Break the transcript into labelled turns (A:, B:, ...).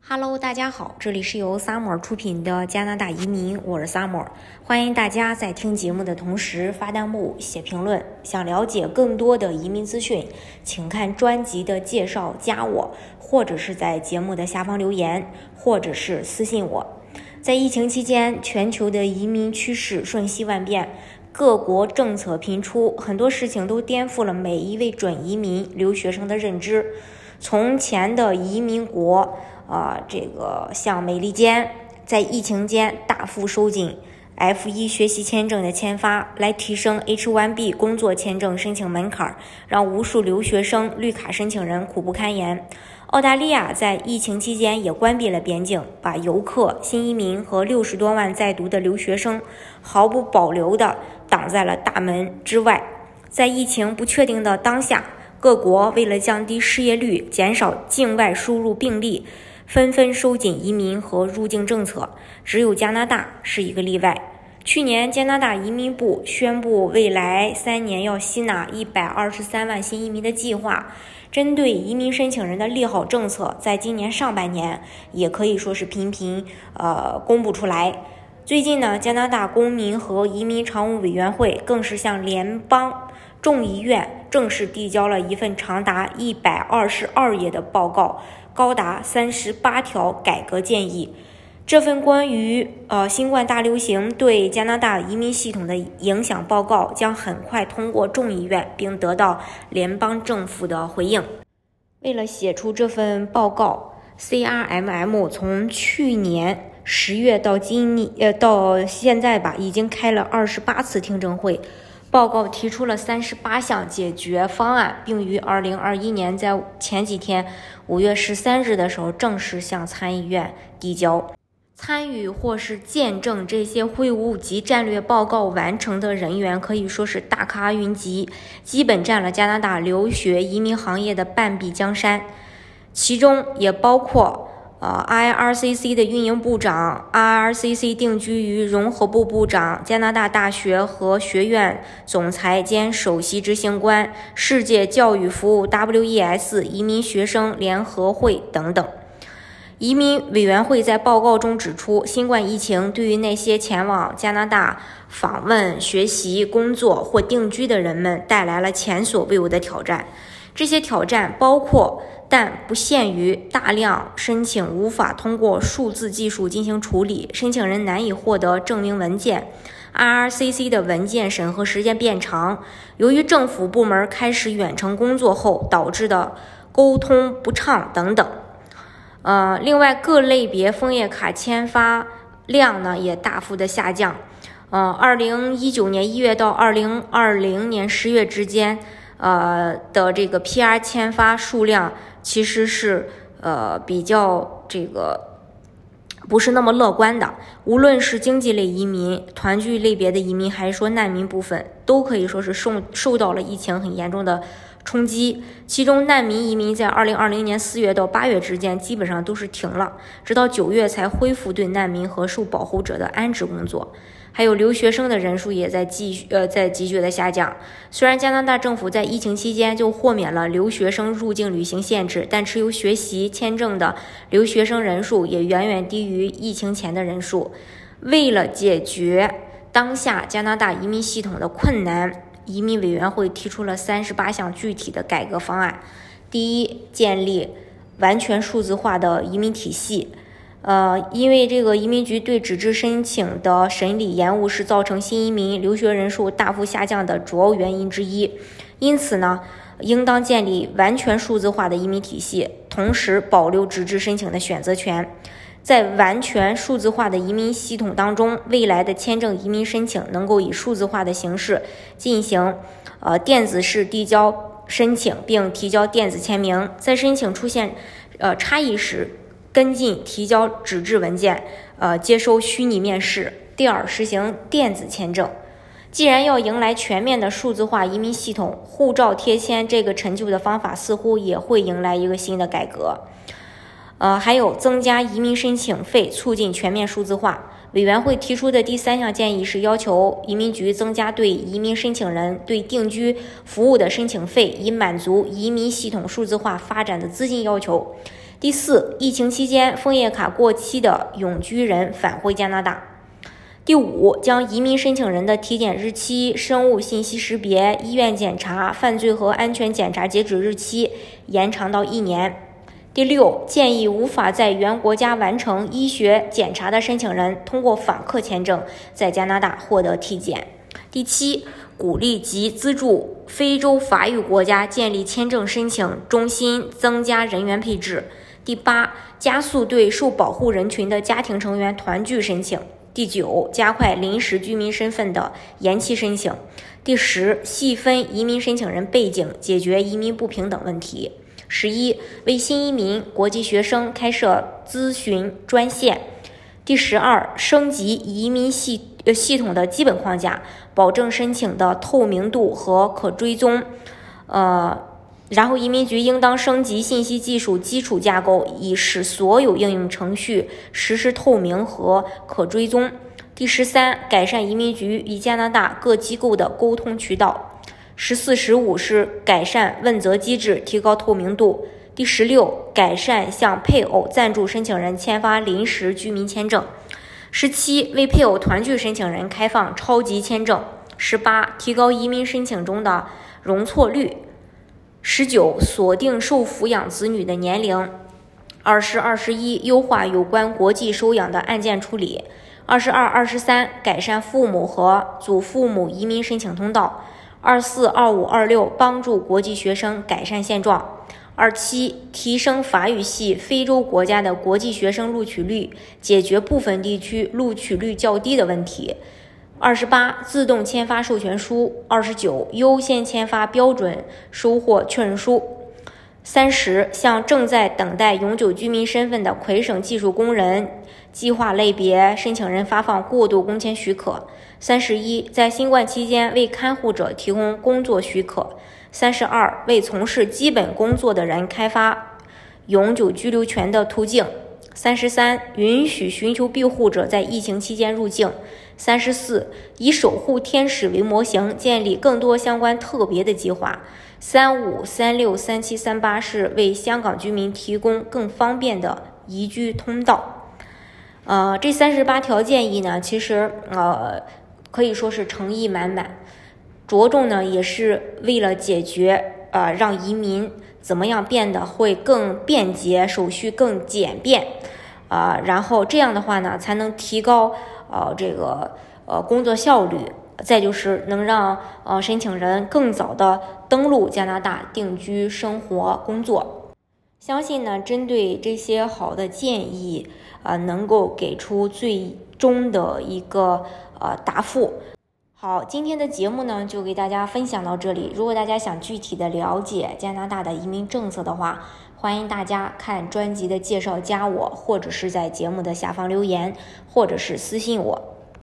A: Hello， 大家好，这里是由 Summer 出品的加拿大移民，我是 Summer， 欢迎大家在听节目的同时发弹幕、写评论。想了解更多的移民资讯，请看专辑的介绍，加我，或者是在节目的下方留言，或者是私信我。在疫情期间，全球的移民趋势瞬息万变，各国政策频出，很多事情都颠覆了每一位准移民留学生的认知。从前的移民国像美利坚在疫情间大幅收紧 F1 学习签证的签发，来提升 H1B 工作签证申请门槛，让无数留学生、绿卡申请人苦不堪言。澳大利亚在疫情期间也关闭了边境，把游客、新移民和60多万在读的留学生毫不保留地挡在了大门之外。在疫情不确定的当下，各国为了降低失业率、减少境外输入病例，纷纷收紧移民和入境政策，只有加拿大是一个例外。去年，加拿大移民部宣布未来3年要吸纳123万新移民的计划。针对移民申请人的利好政策，在今年上半年也可以说是频频公布出来。最近呢，加拿大公民和移民常务委员会更是向联邦众议院正式递交了一份长达122页的报告，高达38条改革建议。这份关于新冠大流行对加拿大移民系统的影响报告将很快通过众议院，并得到联邦政府的回应。为了写出这份报告， CRMM 从去年10月到现在吧，已经开了28次听证会。报告提出了38项解决方案，并于2021年在前几天5月13日的时候正式向参议院递交。参与或是见证这些会务及战略报告完成的人员可以说是大咖云集，基本占了加拿大留学移民行业的半壁江山，其中也包括IRCC 的运营部长、IRCC 定居于融合部部长、加拿大大学和学院总裁兼首席执行官、世界教育服务 WES 移民学生联合会等等。移民委员会在报告中指出，新冠疫情对于那些前往加拿大访问、学习、工作或定居的人们带来了前所未有的挑战。这些挑战包括但不限于大量申请无法通过数字技术进行处理，申请人难以获得证明文件， IRCC 的文件审核时间变长，由于政府部门开始远程工作后导致的沟通不畅等等。另外各类别枫叶卡签发量呢也大幅的下降。2019年1月到2020年10月之间的这个 PR 签发数量其实是比较不是那么乐观的。无论是经济类移民、团聚类别的移民，还是说难民部分，都可以说是受到了疫情很严重的冲击。其中难民移民在2020年4月到8月之间基本上都是停了，直到9月才恢复对难民和受保护者的安置工作。还有留学生的人数也在急剧的下降。虽然加拿大政府在疫情期间就豁免了留学生入境旅行限制，但持有学习签证的留学生人数也远远低于疫情前的人数。为了解决当下加拿大移民系统的困难，移民委员会提出了38项具体的改革方案。第一，建立完全数字化的移民体系。因为这个移民局对纸质申请的审理延误是造成新移民留学人数大幅下降的主要原因之一。因此呢，应当建立完全数字化的移民体系，同时保留纸质申请的选择权。在完全数字化的移民系统当中，未来的签证移民申请能够以数字化的形式进行电子式递交申请，并提交电子签名。在申请出现差异时，跟进提交纸质文件，接收虚拟面试。第二，实行电子签证。既然要迎来全面的数字化移民系统，护照贴签这个陈旧的方法似乎也会迎来一个新的改革。还有增加移民申请费，促进全面数字化。委员会提出的第3项建议是要求移民局增加对移民申请人对定居服务的申请费，以满足移民系统数字化发展的资金要求。 第4，疫情期间枫叶卡过期的永居人返回加拿大。第5，将移民申请人的体检日期、生物信息识别、医院检查、犯罪和安全检查截止日期延长到1年。第6，建议无法在原国家完成医学检查的申请人通过访客签证在加拿大获得体检。第7，鼓励及资助非洲法语国家建立签证申请中心，增加人员配置。第8，加速对受保护人群的家庭成员团聚申请。第9，加快临时居民身份的延期申请。第10，细分移民申请人背景，解决移民不平等问题。11，为新移民、国际学生开设咨询专线。第12，升级移民系统的基本框架，保证申请的透明度和可追踪。然后移民局应当升级信息技术基础架构，以使所有应用程序实时透明和可追踪。第13，改善移民局与加拿大各机构的沟通渠道。14、15是改善问责机制，提高透明度。第16，改善向配偶暂住申请人签发临时居民签证。17，为配偶团聚申请人开放超级签证。18，提高移民申请中的容错率。19，锁定受抚养子女的年龄。20、21，优化有关国际收养的案件处理。22、23，改善父母和祖父母移民申请通道。24、25、26，帮助国际学生改善现状。27，提升法语系非洲国家的国际学生录取率，解决部分地区录取率较低的问题。28，自动签发授权书。29，优先签发标准收获确认书。30，向正在等待永久居民身份的魁省技术工人计划类别申请人发放过渡工签许可。31，在新冠期间为看护者提供工作许可。32，为从事基本工作的人开发永久居留权的途径。33，允许寻求庇护者在疫情期间入境。34，以守护天使为模型，建立更多相关特别的计划。35、36、37、38是为香港居民提供更方便的移居通道。这38条建议呢，其实可以说是诚意满满，着重呢也是为了解决让移民怎么样变得会更便捷，手续更简便，然后这样的话呢，才能提高工作效率。再就是能让申请人更早的登陆加拿大定居生活工作。相信呢，针对这些好的建议能够给出最终的一个答复。好，今天的节目呢就给大家分享到这里。如果大家想具体的了解加拿大的移民政策的话，欢迎大家看专辑的介绍加我，或者是在节目的下方留言，或者是私信我。